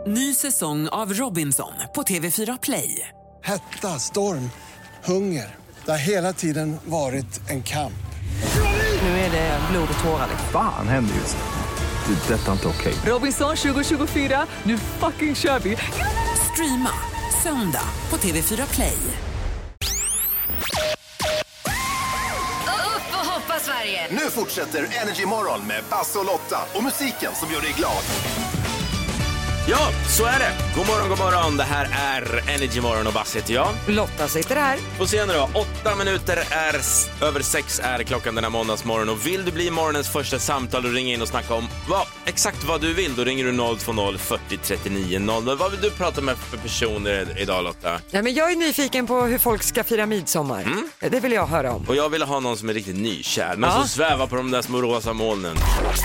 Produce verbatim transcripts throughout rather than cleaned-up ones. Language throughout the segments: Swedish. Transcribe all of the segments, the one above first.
Ny säsong av Robinson på T V fyra Play. Hetta, storm, hunger. Det har hela tiden varit en kamp. Nu är det blod och tårar. Fan händer just det. Det är detta inte okej. Robinson tjugo tjugofyra, nu fucking kör vi. Streama söndag på T V fyra Play. Upp och hoppa Sverige! Nu fortsätter Energy Morgon med Basse och Lotta och musiken som gör dig glad. Ja, så är det. God morgon, god morgon. Det här är Energy Morgon och Basse heter jag. Lotta sitter här. Får se nu då. Åtta minuter är s- över sex är klockan den här måndagsmorgon. Och vill du bli morgonens första samtal och ringa in och snacka om vad, exakt vad du vill, då ringer du noll två noll fyrtio trettionio noll. Vad vill du prata med för personer idag, Lotta? Ja, men jag är nyfiken på hur folk ska fira midsommar. Mm. Det vill jag höra om. Och jag vill ha någon som är riktigt nykär, men ja. som svävar på de där små rosa molnen.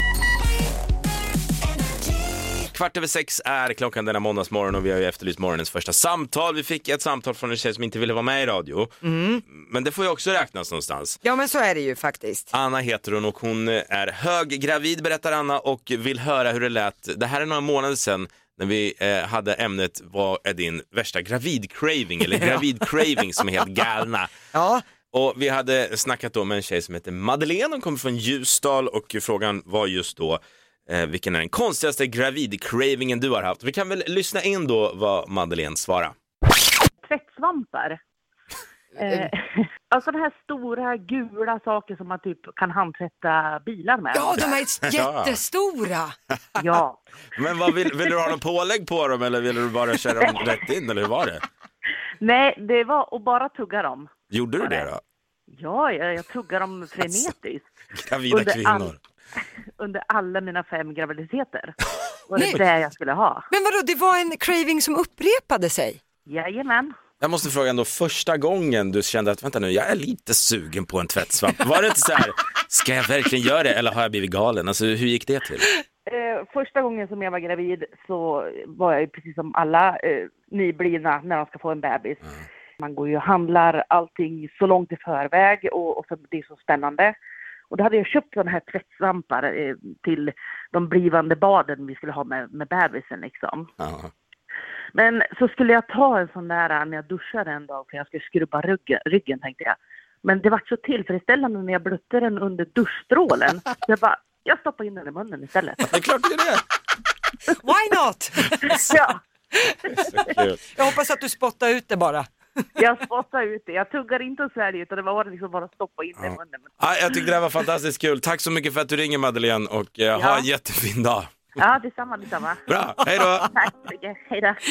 Kvart över sex är klockan denna måndagsmorgon och vi har ju efterlyst morgonens första samtal. Vi fick ett samtal från en tjej som inte ville vara med i radio. Mm. Men det får ju också räknas någonstans. Ja, men så är det ju faktiskt. Anna heter hon och hon är höggravid, berättar Anna, och vill höra hur det lät. Det här är några månader sedan när vi eh, hade ämnet vad är din värsta gravid-craving eller gravid-craving som är helt galna. Ja. Och vi hade snackat då med en tjej som heter Madeleine. Hon kommer från Ljusdal och frågan var just då Eh, vilken är den konstigaste gravid-cravingen du har haft? Vi kan väl lyssna in då vad Madeleine svarar. Tvättsvampar. eh, alltså de här stora gula saker som man typ kan handtvätta bilar med. Ja, de är jättestora. Ja. Men vad vill, vill du ha någon pålägg på dem eller vill du bara köra dem rätt in eller hur var det? Nej, det var att bara tugga dem. Gjorde du det då? Ja, jag, jag tuggar dem frenetiskt. Alltså, gravida under kvinnor. All, under alla mina fem graviditeter. Och det är det jag skulle ha. Men vadå, det var en craving som upprepade sig? Jajamän. Jag måste fråga ändå, första gången du kände att vänta nu, jag är lite sugen på en tvättsvamp. Var det inte så här, ska jag verkligen göra det eller har jag blivit galen? Alltså hur gick det till? Eh, första gången som jag var gravid så var jag precis som alla eh, nyblivna när de ska få en bebis. Mm. Man går ju och handlar allting så långt i förväg och, och så, det är så spännande. Och då hade jag köpt sådana här tvättsvampar eh, till de blivande baden vi skulle ha med, med bebisen liksom. Mm. Men så skulle jag ta en sån där när jag duschade en dag för jag skulle skrubba ryggen, ryggen tänkte jag. Men det var så tillfredsställande när jag blötte den under duschstrålen. Så jag bara, jag stoppar in den i munnen istället. Det är klart det är det. Why not? Ja. Jag hoppas att du spottar ut det bara. Jag spottar ut det. Jag tuggar inte och sväljer utan det var liksom bara att stoppa in det i munnen. Ja, jag tyckte det var fantastiskt kul. Tack så mycket för att du ringer Madeleine och eh, ja. ha en jättefin dag. Ja, detsamma, detsamma. Bra, hej då. Tack så mycket, hej då.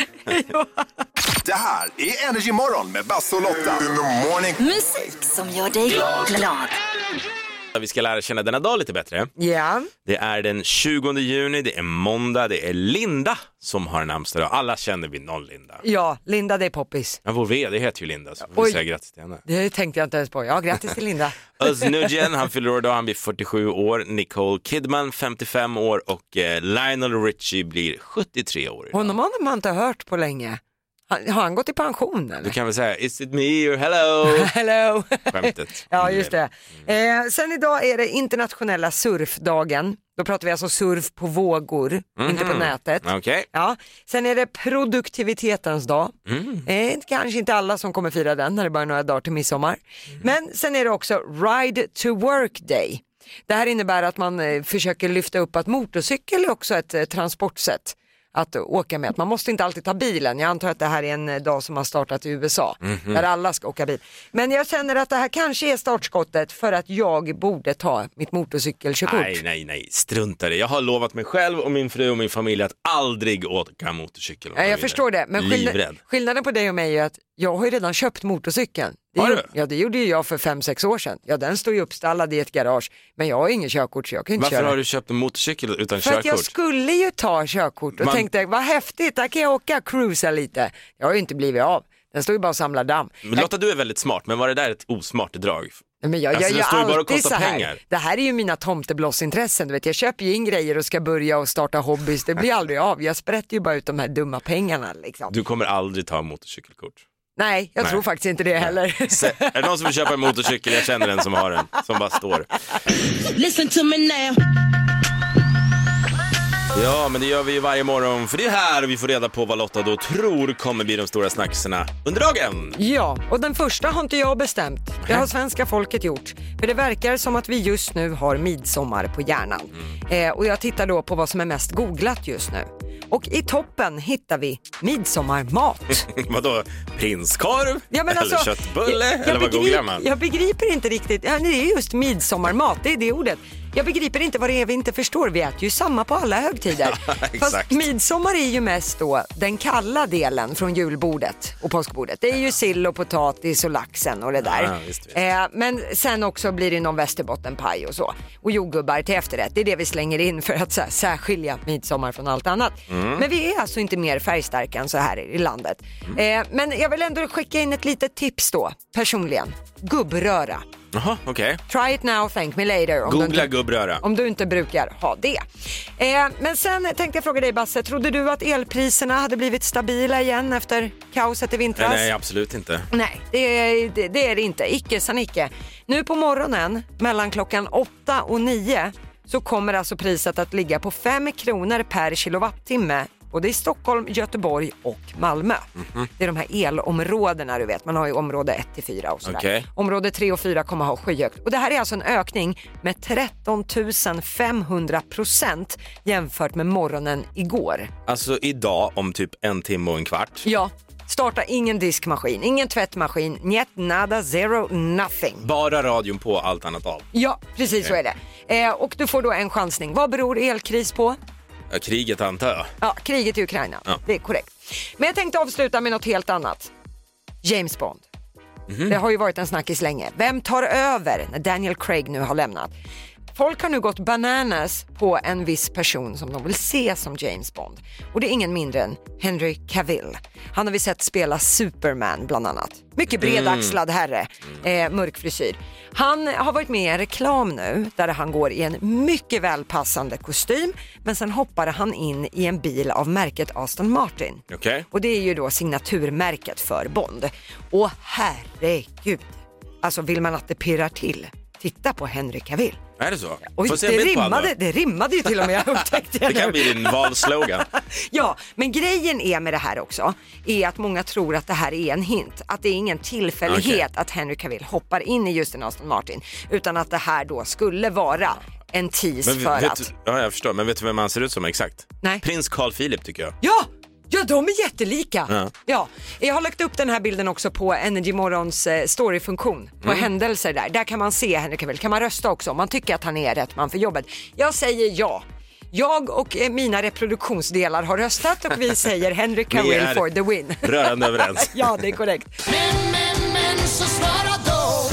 Det här är Energy Morgon med Basse och Lotta. In the morning. Musik som gör dig glad. Vi ska lära känna denna dag lite bättre. Ja. Det är den tjugonde juni, det är måndag, det är Linda som har namnsdag. Alla känner vi någon Linda. Ja, Linda, det är poppis. Ja, vår vd heter ju Linda, så får vi säga grattis till henne. Det tänkte jag inte ens på. Ja, grattis till Linda. Özz Nujen, han fyller år då, han blir fyrtiosju år. Nicole Kidman, femtiofem år. Och eh, Lionel Richie blir sjuttiotre år idag. Honom har man inte hört på länge. Har han gått i pension eller? Du kan väl säga, is it me or hello? Hello. Skämtet. Ja, just det. Eh, sen idag är det internationella surfdagen. Då pratar vi alltså surf på vågor, mm-hmm. inte på nätet. Okay. Ja. Sen är det produktivitetens dag. Mm. Eh, kanske inte alla som kommer fira den när det bara är några dagar till midsommar. Mm. Men sen är det också Ride to Work Day. Det här innebär att man eh, försöker lyfta upp att motorcykel är också ett eh, transportsätt att åka med. Man måste inte alltid ta bilen. Jag antar att det här är en dag som har startat i U S A. Mm-hmm. Där alla ska åka bil. Men jag känner att det här kanske är startskottet för att jag borde ta mitt motorcykelkörkort. Nej, nej, nej. Strunta det. Jag har lovat mig själv och min fru och min familj att aldrig åka motorcykel. Ja, jag förstår det. Men skillnad, skillnaden på dig och mig är att jag har ju redan köpt motorcykeln. Det gjorde, ja, det gjorde ju jag för fem sex år sedan. Ja, den står ju uppstallad i ett garage. Men jag har ingen körkort så jag kan inte Varför köra. har du köpt en motorcykel utan för körkort? För att jag skulle ju ta körkort och Man... tänkte, vad häftigt, där kan jag åka, cruisa lite. Jag har ju inte blivit av. Den står ju bara och samlar damm. Men Lotta, du är väldigt smart, men var det där ett osmart drag? Men jag, alltså, jag, jag det alltid så här. Pengar. Det här är ju mina tomteblossintressen. Du vet, jag köper ju in grejer och ska börja och starta hobbys. Det blir aldrig av. Jag sprätter ju bara ut de här dumma pengarna. Liksom. Du kommer aldrig ta motorcykelkort. Nej, jag Nej. tror faktiskt inte det heller. Så, är det någon som vill köpa en motorcykel? Jag känner en som har en, som bara står. Listen to me now. Ja, men det gör vi ju varje morgon, för det är här vi får reda på vad Lotta då tror kommer bli de stora snackserna under dagen. Ja, och den första har inte jag bestämt. Det har svenska folket gjort. För det verkar som att vi just nu har midsommar på hjärnan. Mm. Eh, och jag tittar då på vad som är mest googlat just nu. Och i toppen hittar vi midsommarmat. Vadå? Prinskorv? Ja, men alltså, eller köttbulle? Jag, jag eller vad googlar man? Jag begriper inte riktigt. Ja, det är just midsommarmat, det är det ordet. Jag begriper inte vad det är vi inte förstår. Vi äter ju samma på alla högtider. Fast midsommar är ju mest då den kalla delen från julbordet och påskbordet. Det är ju sill och potatis och laxen och det där. Ja, visst, visst. Eh, men sen också blir det någon västerbottenpaj och så. Och jordgubbar till efterrätt. Det är det vi slänger in för att så här, särskilja midsommar från allt annat. Mm. Men vi är alltså inte mer färgstarka än så här i landet. Mm. Eh, men jag vill ändå skicka in ett litet tips då, personligen. Gubbröra. Jaha, okej. Okay. Try it now, thank me later. Om Googla du inte, gubbröra. Om du inte brukar ha det. Eh, men sen tänkte jag fråga dig, Basse. Trodde du att elpriserna hade blivit stabila igen efter kaoset i vintras? Nej, nej absolut inte. Nej, det, det, det är det inte. Icke san icke. Nu på morgonen, mellan klockan åtta och nio, så kommer alltså priset att ligga på fem kronor per kilowattimme. Både i Stockholm, Göteborg och Malmö. Mm-hmm. Det är de här elområdena, du vet. Man har ju område ett till fyra och sådär. Okay. Område tre och fyra kommer ha skyhögt. Och det här är alltså en ökning med tretton tusen femhundra procent jämfört med morgonen igår. Alltså idag om typ en timme och en kvart? Ja. Starta ingen diskmaskin, ingen tvättmaskin, njet, nada, zero, nothing. Bara radion på, allt annat av. Ja, precis okay. Så är det. Eh, och du får då en chansning. Vad beror elkris på? Ja, kriget antar jag. Ja, kriget i Ukraina. Ja. Det är korrekt. Men jag tänkte avsluta med något helt annat. James Bond. Mm-hmm. Det har ju varit en snackis länge. Vem tar över när Daniel Craig nu har lämnat? Folk har nu gått bananas på en viss person som de vill se som James Bond. Och det är ingen mindre än Henry Cavill. Han har vi sett spela Superman bland annat. Mycket bredaxlad herre, eh, mörk frisyr. Han har varit med i en reklam nu där han går i en mycket välpassande kostym. Men sen hoppade han in i en bil av märket Aston Martin. Okay. Och det är ju då signaturmärket för Bond. Och herregud, alltså vill man att det pirrar till, titta på Henry Cavill. Är det så? Oj, det, rimmade, det rimmade ju till och med, jag upptäckte det. Det kan bli din valslogan. Ja, men grejen är med det här också är att många tror att det här är en hint. Att det är ingen tillfällighet okay. att Henry Cavill hoppar in i just en Aston Martin. Utan att det här då skulle vara en tease men, för vet, att... Ja, jag förstår. Men vet du vem man ser ut som exakt? Nej. Prins Carl Philip tycker jag. Ja! Ja, de är jättelika. Ja. Ja, jag har lagt upp den här bilden också på Energy Morgons eh, storyfunktion på mm. händelser där. Där kan man se Henry Cavill. Kan man rösta också om man tycker att han är rätt man för jobbet. Jag säger ja. Jag och eh, mina reproduktionsdelar har röstat och vi säger Henry Cavill for the win. Rörande överens. Ja, det är korrekt. Men, men, men så svara då.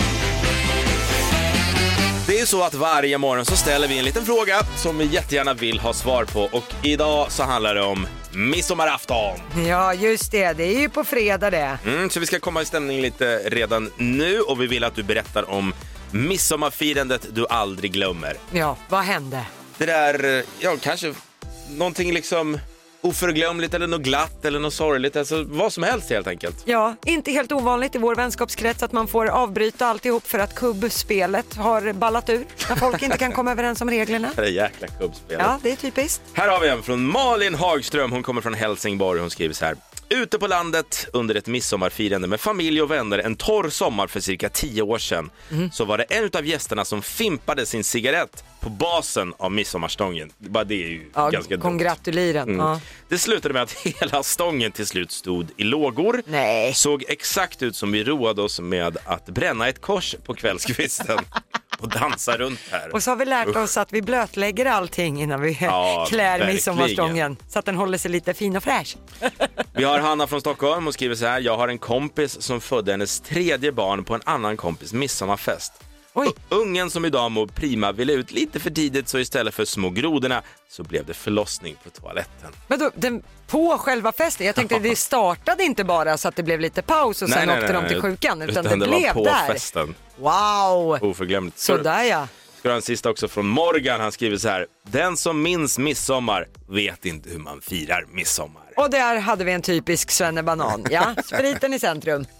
Det är så att varje morgon så ställer vi en liten fråga som vi jättegärna vill ha svar på. Och idag så handlar det om midsommarafton. Ja, just det. Det är ju på fredag det. Mm, så vi ska komma i stämning lite redan nu. Och vi vill att du berättar om midsommarfirandet du aldrig glömmer. Ja, vad hände? Det där, ja kanske någonting liksom oförglömligt eller något glatt eller något sorgligt. Alltså vad som helst helt enkelt. Ja, inte helt ovanligt i vår vänskapskrets att man får avbryta alltihop för att kubbspelet har ballat ur. När folk inte kan komma överens om reglerna. Det är jäkla kubbspelet. Ja, det är typiskt. Här har vi en från Malin Hagström. Hon kommer från Helsingborg. Hon skriver så här. Ute på landet under ett midsommarfirande med familj och vänner en torr sommar för cirka tio år sedan mm. så var det en av gästerna som fimpade sin cigarett på basen av midsommarstången. Bara det är ju ja, ganska dumt. Kongratuliren. Mm. Ja. Det slutade med att hela stången till slut stod i lågor. Nej. Såg exakt ut som vi roade oss med att bränna ett kors på kvällskvisten. Och dansa runt här. Och så har vi lärt oss att vi blötlägger allting innan vi ja, klär midsommarstången. Så att den håller sig lite fin och fräsch. Vi har Hanna från Stockholm och skriver så här. Jag har en kompis som födde hennes tredje barn på en annan kompis midsommarfest. Oj. Ungen som idag mår prima ville ut lite för tidigt så istället för små grodorna så blev det förlossning på toaletten. Men då, den, på själva festen? Jag tänkte det startade inte bara så att det blev lite paus och nej, sen nej, åkte nej, de till sjukan utan, utan det, det blev var på där. Festen. Wow! Oförglömligt. Sådär ja. Ska ha en sista också från Morgan. Han skriver så här. Den som minns midsommar vet inte hur man firar midsommar. Och där hade vi en typisk svennebanan. Ja, spriten i centrum.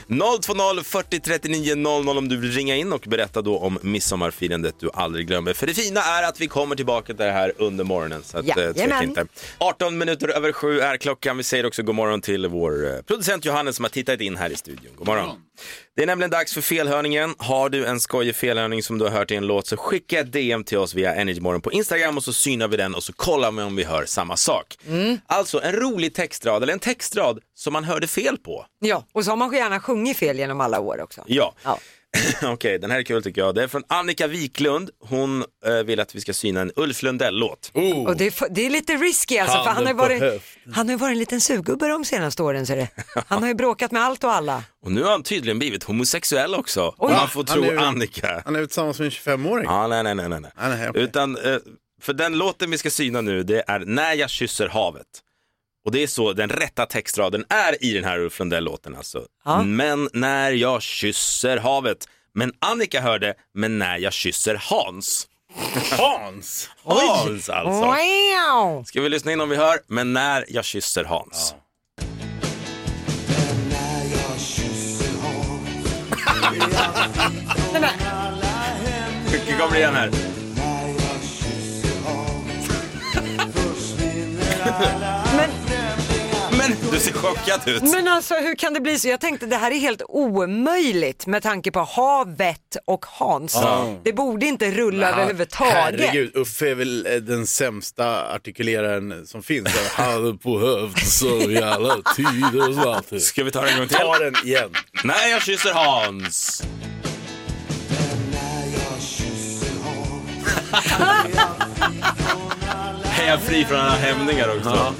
noll två noll fyrtio trettionio noll noll om du vill ringa in och berätta då om midsommarfirandet du aldrig glömmer. För det fina är att vi kommer tillbaka till det här under morgonen. Så att, ja, äh, tveka inte. arton minuter över sju är klockan. Vi säger också god morgon till vår eh, producent Johannes som har tittat in här i studion. God morgon. Det är nämligen dags för felhörningen. Har du en skojig felhörning som du har hört i en låt så skicka ett D M till oss via Energymorgon på Instagram och så synar vi den och så kollar vi om vi hör samma sak. Mm. Alltså en rolig textrad eller en textrad som man hörde fel på. Ja, och så har man gärna sjungit fel genom alla år också. Ja. ja. Okej, okay, den här är kul tycker jag. Det är från Annika Wiklund. Hon äh, vill att vi ska syna en Ulf Lundell-låt. Oh. Och det är, det är lite risky alltså, han för han har, varit, han har varit en liten sugubbe de senaste åren. Så det. Han har ju bråkat med allt och alla. Och nu har han tydligen blivit homosexuell också. Om man får tro han är, Annika. Han är tillsammans med en tjugofemåring. Ja, nej, nej, nej, nej. nej. Ah, nej okay. Utan, äh, för den låten vi ska syna nu, det är När jag kysser havet. Och det är så den rätta textraden är i den här Ulf Lundell-låten alltså. Ja. Men när jag kysser havet. Men Annika hörde, men när jag kysser Hans. Hans? Hans alltså. Wow. Ska vi lyssna in om vi hör, men när jag kysser Hans. Ja. Men när jag kysser Hans. Nej, men. Mycket kommer igen här. När jag kysser Hans. Försvinner alla. Men Men du ser chockad ut. Men alltså hur kan det bli så? Jag tänkte det här är helt omöjligt med tanke på havet och Hans. Ja. Det borde inte rulla ja, överhuvudtaget. Herregud, Uffe är väl den sämsta artikuleraren som finns. Jag hade på hövd så jävla tider och sånt. Ska vi ta den en gång till? Ta den igen. När jag kysser Hans. När jag kysser Hans. Är jag fri från alla hämningar också? Ja.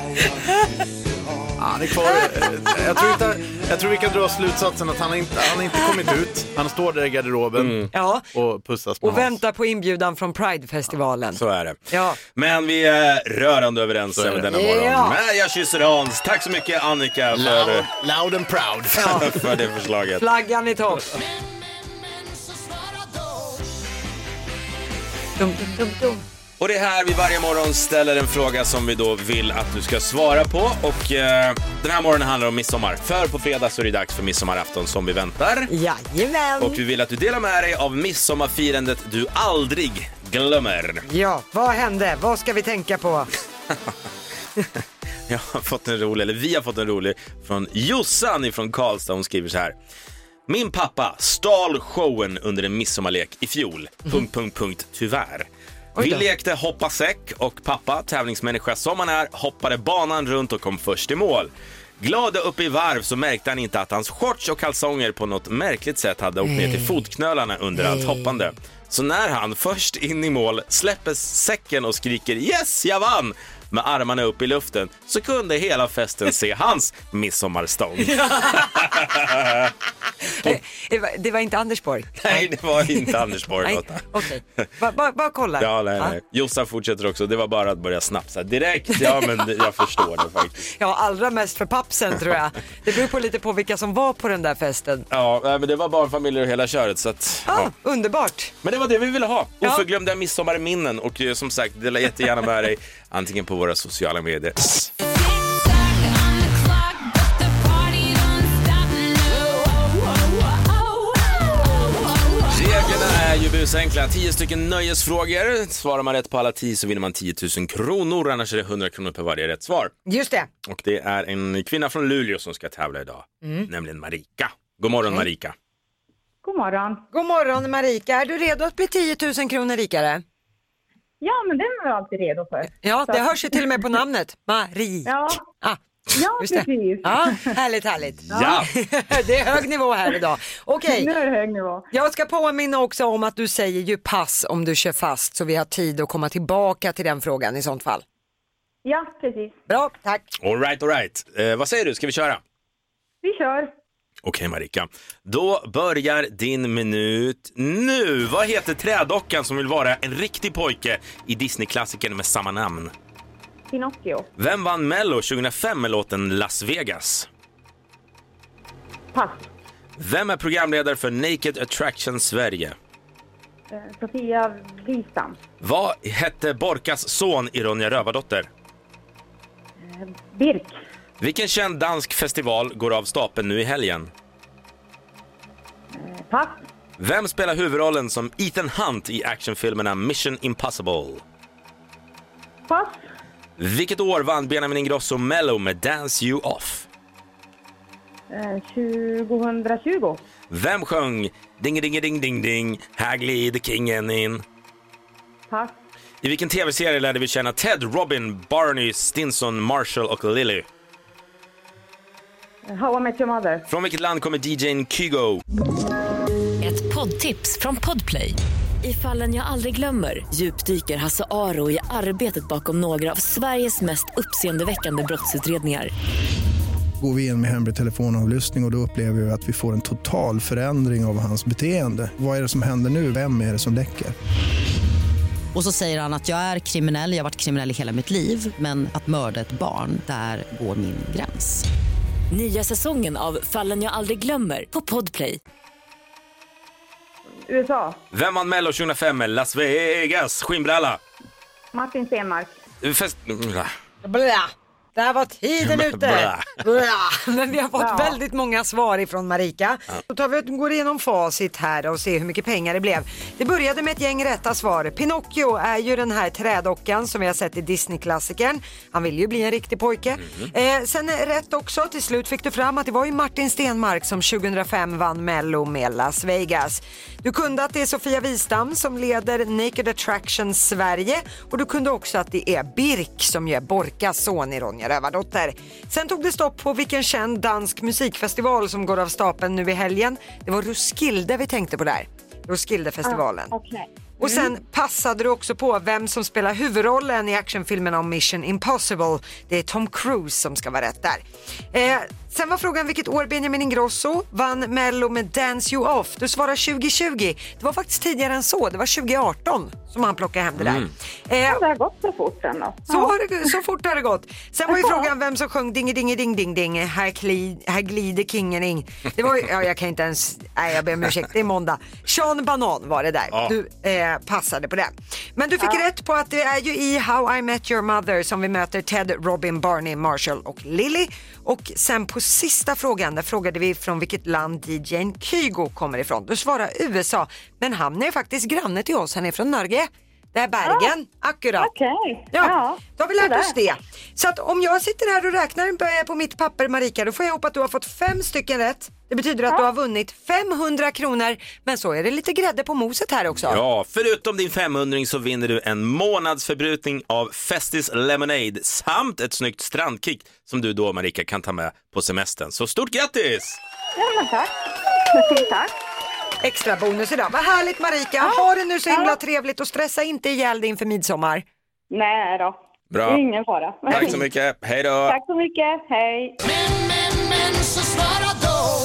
Ja, det är kvar. Jag tror, inte, jag tror vi kan dra slutsatsen att han inte han inte kommit ut. Han står där i garderoben mm. ja. och pussas med och väntar på inbjudan från Pride-festivalen. Så är det. Ja. Men vi är rörande överens över denna morgon. Ja. Men jag kysser Hans. Tack så mycket Annika för, loud, loud and proud. Ja. för det förslaget. Flaggan i topp. Dum, dum, dum, dum. Och det är här vi varje morgon ställer en fråga som vi då vill att du ska svara på. Och eh, den här morgonen handlar om midsommar. För på fredag så är det dags för midsommarafton som vi väntar. Jajamän. Och vi vill att du delar med dig av midsommarfirandet du aldrig glömmer. Ja, vad hände? Vad ska vi tänka på? Jag har fått en rolig, eller vi har fått en rolig från Jossan ifrån Karlstad. Hon skriver så här. Min pappa stal showen under en midsommarlek i fjol. Mm. Punkt, punkt, punkt, tyvärr. Vi lekte hoppa säck och pappa, tävlingsmänniska som han är, hoppade banan runt och kom först i mål. Glad upp i varv så märkte han inte att hans shorts och kalsonger på något märkligt sätt hade åkt ner till fotknölarna under allt hoppande. Så när han först in i mål släpper säcken och skriker yes, jag vann! Med armarna upp i luften så kunde hela festen se hans midsommarstång. det, var, det var inte Anders Borg? Nej, det var inte Anders Borg. Okej, bara ba, ba, kolla. Ja, nej, nej. Jossan fortsätter också. Det var bara att börja snapsa direkt. Ja, men det, jag förstår det faktiskt. Ja, allra mest för pappsen tror jag. Det beror på lite på vilka som var på den där festen. Ja, men det var barnfamiljer och hela köret. Så att, ah, ja. Underbart. Men det var det vi ville ha. Ja. Oförglömda midsommarminnen. Och som sagt, dela jättegärna med dig antingen på våra sociala medier. Reglerna är ju busenkla. tio stycken nöjesfrågor. Svarar man rätt på alla tio så vinner man tio tusen kronor. Annars är det hundra kronor per varje rätt svar. Just det. Och det är en kvinna från Luleå som ska tävla idag. Mm. Nämligen Marika. God morgon, okay. Marika. God morgon. God morgon Marika. Är du redo att bli tio tusen kronor rikare? Ja, men den är jag alltid redo för. Ja, det hörs ju till och med på namnet. Marika. Ja, ah, ja precis. Ja, härligt, härligt. Ja. Det är hög nivå här idag. Okej. Okay. Nu är det hög nivå. Jag ska påminna också om att du säger ju pass om du kör fast. Så vi har tid att komma tillbaka till den frågan i sånt fall. Ja, precis. Bra, tack. All right, all right. Eh, vad säger du? Ska vi köra? Vi kör. Okej Marika, då börjar din minut nu. Vad heter trädockan som vill vara en riktig pojke i Disney-klassikern med samma namn? Pinocchio. Vem vann Mello tjugohundrafem med låten Las Vegas? Pass. Vem är programledare för Naked Attraction Sverige? Eh, Sofia Wistam. Vad hette Borkas son i Ronja Rövardotter? Eh, Birk. Vilken känd dansk festival går av stapeln nu i helgen? Pass. Vem spelar huvudrollen som Ethan Hunt i actionfilmerna Mission Impossible? Pass. Vilket år vann Benjamin Ingrosso Mello med Dance You Off? Eh, tjugohundratjugo. Vem sjöng Ding ding ding ding ding, här glider kingen in? Pass. I vilken tv-serie lärde vi känna Ted, Robin, Barney, Stinson, Marshall och Lily? How I Met Your Mother. Från vilket land kommer D J:n Kygo? Ett poddtips från Podplay. I Fallen jag aldrig glömmer djupdyker Hasse Aro i arbetet bakom några av Sveriges mest uppseendeväckande brottsutredningar. Går vi in med hemlig telefonavlyssning och, och då upplever vi att vi får en total förändring av hans beteende. Vad är det som händer nu? Vem är det som läcker? Och så säger han att jag är kriminell, jag har varit kriminell i hela mitt liv. Men att mörda ett barn, där går min gräns. Nya säsongen av Fallen jag aldrig glömmer på Podplay. U S A. Vem vann Mello tjugohundrafem med Las Vegas? Skinnbralla. Martin Stenmark. Fest... Bla. Där var tiden Bla. ute. Bla. Men vi har fått Ja. väldigt många svar ifrån Marika. Då tar vi och går igenom facit här och ser hur mycket pengar det blev. Det började med ett gäng rätta svar. Pinocchio är ju den här trädockan som vi har sett i Disney-klassikern. Han vill ju bli en riktig pojke. Eh, sen är rätt också, till slut fick du fram att det var ju Martin Stenmark som tjugohundrafem vann Mello med Las Vegas. Du kunde att det är Sofia Wistam som leder Naked Attraction Sverige, och du kunde också att det är Birk som gör Borkas son i Ronja Rövardotter. Sen tog det stopp på vilken känd dansk musikfestival som går av stapeln nu i helgen. Det var Roskilde vi tänkte på där. Roskildefestivalen. Ah, okay. Och sen passade du också på vem som spelar huvudrollen i actionfilmen om Mission Impossible. Det är Tom Cruise som ska vara rätt där. Eh, sen var frågan vilket år Benjamin Ingrosso vann Mello med Dance You Off. Du svarar tjugohundratjugo. Det var faktiskt tidigare än så. Det var tjugoarton som han plockade hem det där. Mm. Eh, Ja, det har gått så fort sen då. så, har det, så fort har det gått. Sen var ju frågan vem som sjöng ding ding ding ding ding. Här, kli, här glider kingen in. Det var ju, ja, jag kan inte ens, nej jag ber om ursäkt, det är måndag. Sean Banan var det där. Ja. Du eh, passade på det. Men du fick Ja. rätt på att det är ju i How I Met Your Mother som vi möter Ted, Robin, Barney, Marshall och Lily. Och sen på sista frågan, där frågade vi från vilket land D J:n Kygo kommer ifrån. Du svarar U S A, men han är faktiskt granne till oss. Han är från Norge. Det är Bergen, akkurat. Okej. Ja, Ja, då har vi lärt sådär. oss det. Så att om jag sitter här och räknar på mitt papper, Marika, då får jag ihop att du har fått fem stycken rätt. Det betyder att du har vunnit femhundra kronor, men så är det lite grädde på moset här också. Ja, förutom din femhundring så vinner du en månadsförbrukning av Festis Lemonade samt ett snyggt strandkick som du då, Marika, kan ta med på semestern. Så stort grattis! Ja, men tack. Tack. Extra bonus idag. Vad härligt, Marika. Ha det nu så himla trevligt och stressa inte ihjäl dig inför midsommar. Nej då. Bra. Det är ingen fara. Tack så mycket. Hej då! Tack så mycket. Hej. Men, men, men så svara då.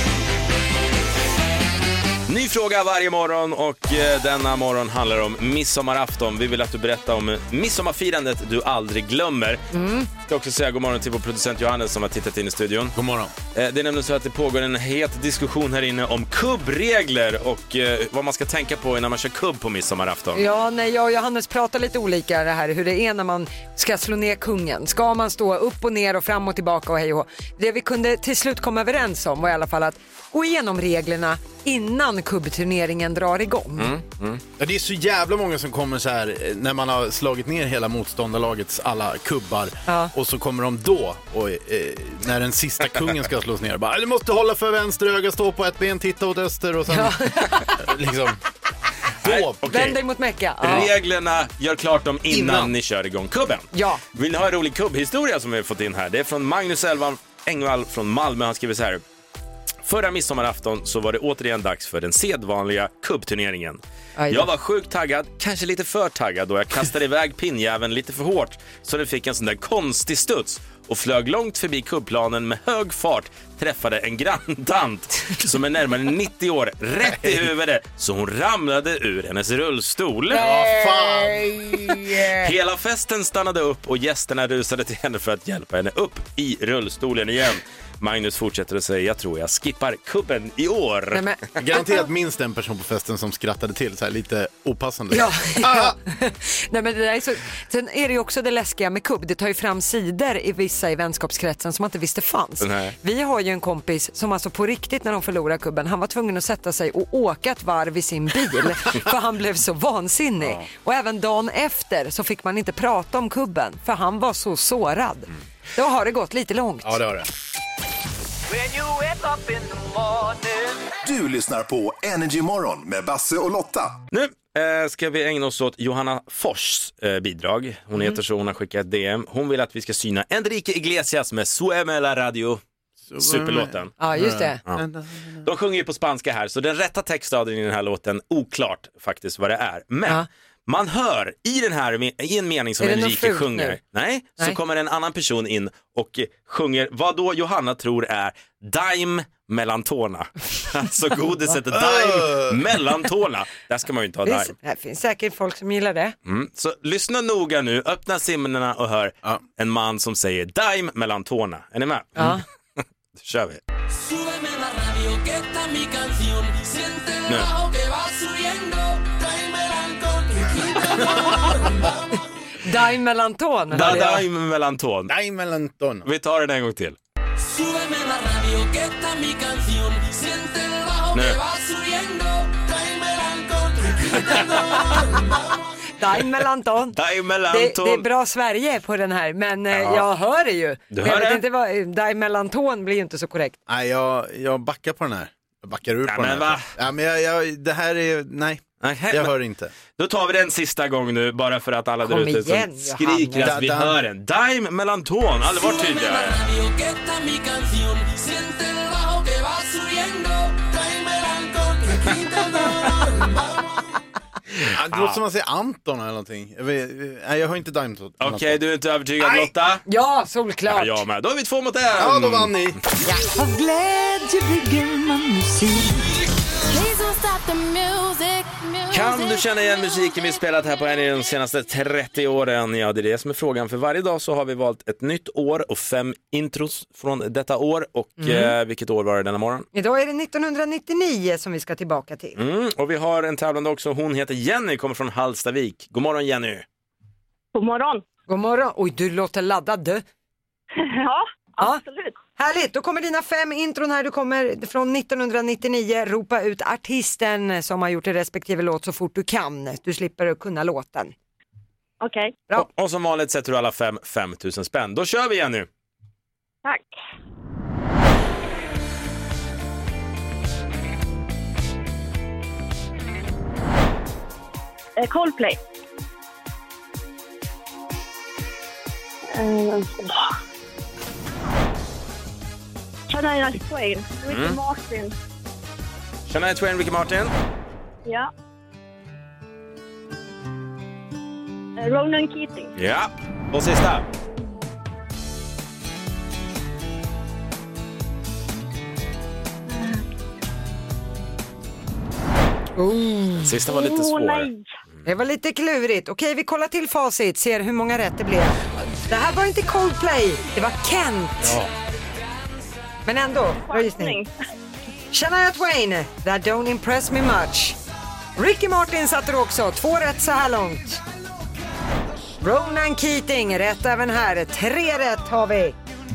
Ny fråga varje morgon och eh, denna morgon handlar om midsommarafton. Vi vill att du berättar om midsommarfirandet du aldrig glömmer. Mm. Jag ska också säga god morgon till vår producent Johannes som har tittat in i studion. God morgon. Eh, det är nämligen så att det pågår en het diskussion här inne om kubbregler och eh, vad man ska tänka på innan man kör kubb på midsommarafton. Ja, nej, jag och Johannes pratar lite olika det här, hur det är när man ska slå ner kungen. Ska man stå upp och ner och fram och tillbaka och hej och hå. Det vi kunde till slut komma överens om var i alla fall att gå igenom reglerna innan kubbturneringen drar igång. Mm, mm. Ja, det är så jävla många som kommer så här eh, när man har slagit ner hela motståndarlagets alla kubbar Ja. och så kommer de då och eh, när den sista kungen ska slås ner bara, du måste hålla för vänster öga, stå på ett ben, titta åt öster och sen Ja. liksom Nej, då. okej. Vänd dig mot Mecka. Ja. Reglerna, gör klart dem innan, Innan. ni kör igång kubben. Ja. Vill ni ha en rolig kubbhistoria som vi har fått in här? Det är från Magnus Elvan Engvall från Malmö. Han skriver så här: förra midsommarafton så var det återigen dags för den sedvanliga kubbturneringen. Aj då. Jag var sjukt taggad, kanske lite för taggad då jag kastade iväg pinnjäveln lite för hårt så det fick en sån där konstig studs och flög långt förbi kubbplanen med hög fart, träffade en granntant som är närmare nittio år rätt i huvudet så hon ramlade ur hennes rullstol. Ja, fan. Hela festen stannade upp och gästerna rusade till henne för att hjälpa henne upp i rullstolen igen. Magnus fortsätter att säga, jag tror jag skippar kubben i år. Nej, men... Garanterat minst en person på festen som skrattade till så här lite opassande. Ja, ja. Nej, men det där är så... Sen är det ju också det läskiga med kubb. Det tar ju fram sidor i vissa vissa i vänskapskretsen som man inte visste fanns. Nej. Vi har ju en kompis som alltså på riktigt när de förlorade kubben, han var tvungen att sätta sig och åka ett varv i sin bil för han blev så vansinnig. Ja. Och även dagen efter så fick man inte prata om kubben för han var så sårad. Mm. Då har det gått lite långt. Ja, det har det. Du lyssnar på Energy Morgon med Basse och Lotta. Nu eh, ska vi ägna oss åt Johanna Fors eh, bidrag. Hon Mm. heter så, hon har skickat ett D M. Hon vill att vi ska syna Enrique Iglesias med Sueme la radio. Superlåten. Ja, just det. Ja. De sjunger ju på spanska här, så den rätta textraden i den här låten, oklart faktiskt vad det är. Men ja. Man hör i den här i en mening som Enrique sjunger. Nu? Nej, Nej, så kommer en annan person in och sjunger vad då Johanna tror är Dime mellan tårna. Alltså godiset Dime mellan tårna. Där ska man ju inte ha Dime. Det finns säkert folk som gillar det. Mm. Så lyssna noga nu, öppna simmerna och hör ja. En man som säger Dime mellan tårna. Är ni med? Ja. Mm. Då kör vi. Nu. Dime mellan tån. Da, dime mellan tån. Dime mellan tån. Vi tar den en gång till. Nu. Dime mellan tån. Dime mellan det, tån. det är bra Sverige på den här, men ja. Jag hör det ju. Du jag hör vet det? inte vad, Dime mellan tån blir ju inte så korrekt. Nej, jag, jag backar på den här. Jag backar ur ja, på men den här. Va? Ja, men jag, jag, det här är, nej. Okay, jag men, hör inte. Då tar vi den sista gång nu, bara för att alla där ute som skriker att vi hör den. Dime mellan tån, aldrig varit tydligare. Det låter som man säger Anton eller någonting. Jag, vet, nej, jag har inte Dime. Okej, okay, du är inte övertygad, nej. Lotta? Ja, solklart. Ja, jag med. Då är vi två mot en. Ja, då vann ni. Ja. Av glädje bygger man musik. Kan du känna igen musiken vi spelat här på en i de senaste trettio åren? Ja, det är det som är frågan. För varje dag så har vi valt ett nytt år och fem intros från detta år. Och mm. eh, vilket år var det denna morgon? Idag är det nittonhundranittionio som vi ska tillbaka till. Mm, och vi har en tävlande också. Hon heter Jenny, kommer från Hallstavik. God morgon, Jenny. God morgon. God morgon. Oj, du låter laddad, du. Ja, absolut. Ja. Härligt, då kommer dina fem intron här. Du kommer från nittonhundranittionio. Ropa ut artisten som har gjort det respektive låt så fort du kan. Du slipper kunna låten. Okej. Okay. Och, och som vanligt sätter du alla fem femtusen spänn. Då kör vi igen nu. Tack. Eh, Coldplay. Uh, Shania Twain, Ricky mm. Martin. Shania Twain, Ricky Martin. Ja. Uh, Ronan Keating. Ja, och sista. Oh. Sista var lite svår. Oh, nej. Det var lite klurigt. Okej, vi kollar till facit, ser hur många rätt det blev. Det här var inte Coldplay, det var Kent. Ja. Men ändå, bra gissning. Shania Twain, That Don't Impress Me Much. Ricky Martin satte du också, två rätt så här långt. Ronan Keating, rätt även här, tre rätt har vi.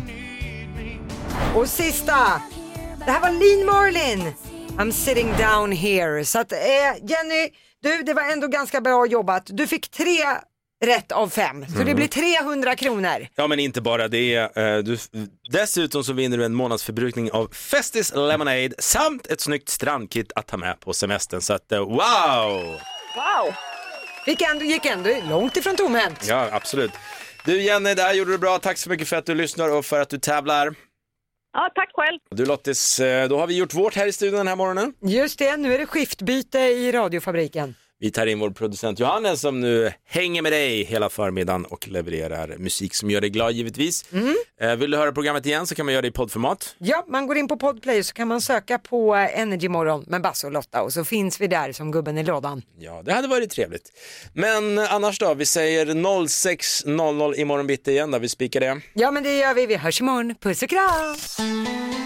Och sista, det här var Lean Marlin, I'm sitting down here. Så att, eh, Jenny, du, det var ändå ganska bra jobbat. Du fick tre rätt av fem, så mm. det blir trehundra kronor. Ja, men inte bara det. Eh, du, dessutom så vinner du en månadsförbrukning av Festis Lemonade samt ett snyggt strandkit att ta med på semestern. Så att, eh, wow! Wow! Gick ändå, gick ändå långt ifrån tomhänt. Ja, absolut. Du Jenny, det här gjorde du bra. Tack så mycket för att du lyssnar och för att du tävlar. Ja, tack själv. Du Lottis, då har vi gjort vårt här i studion den här morgonen. Just det, nu är det skiftbyte i radiofabriken. Vi tar in vår producent Johannes som nu hänger med dig hela förmiddagen och levererar musik som gör dig glad givetvis. Mm. Eh, vill du höra programmet igen så kan man göra det i poddformat. Ja, man går in på Podplay så kan man söka på Energy Morgon med Basse och Lotta och så finns vi där som gubben i lådan. Ja, det hade varit trevligt. Men annars då, vi säger noll sex noll noll imorgon bitti igen då, vi spikar det. Ja, men det gör vi, vi hörs imorgon. Puss och kram!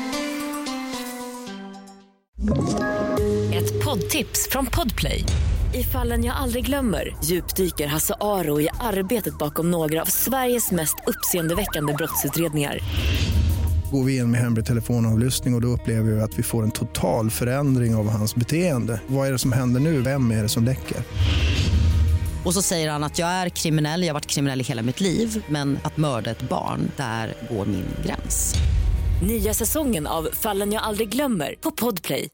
Ett poddtips från Podplay. I Fallen jag aldrig glömmer djupdyker Hasse Aro i arbetet bakom några av Sveriges mest uppseendeväckande brottsutredningar. Går vi in med hemlig telefonavlyssning och, och då upplever vi att vi får en total förändring av hans beteende. Vad är det som händer nu? Vem är det som läcker? Och så säger han att jag är kriminell, jag har varit kriminell i hela mitt liv. Men att mörda ett barn, där går min gräns. Nya säsongen av Fallen jag aldrig glömmer på Podplay.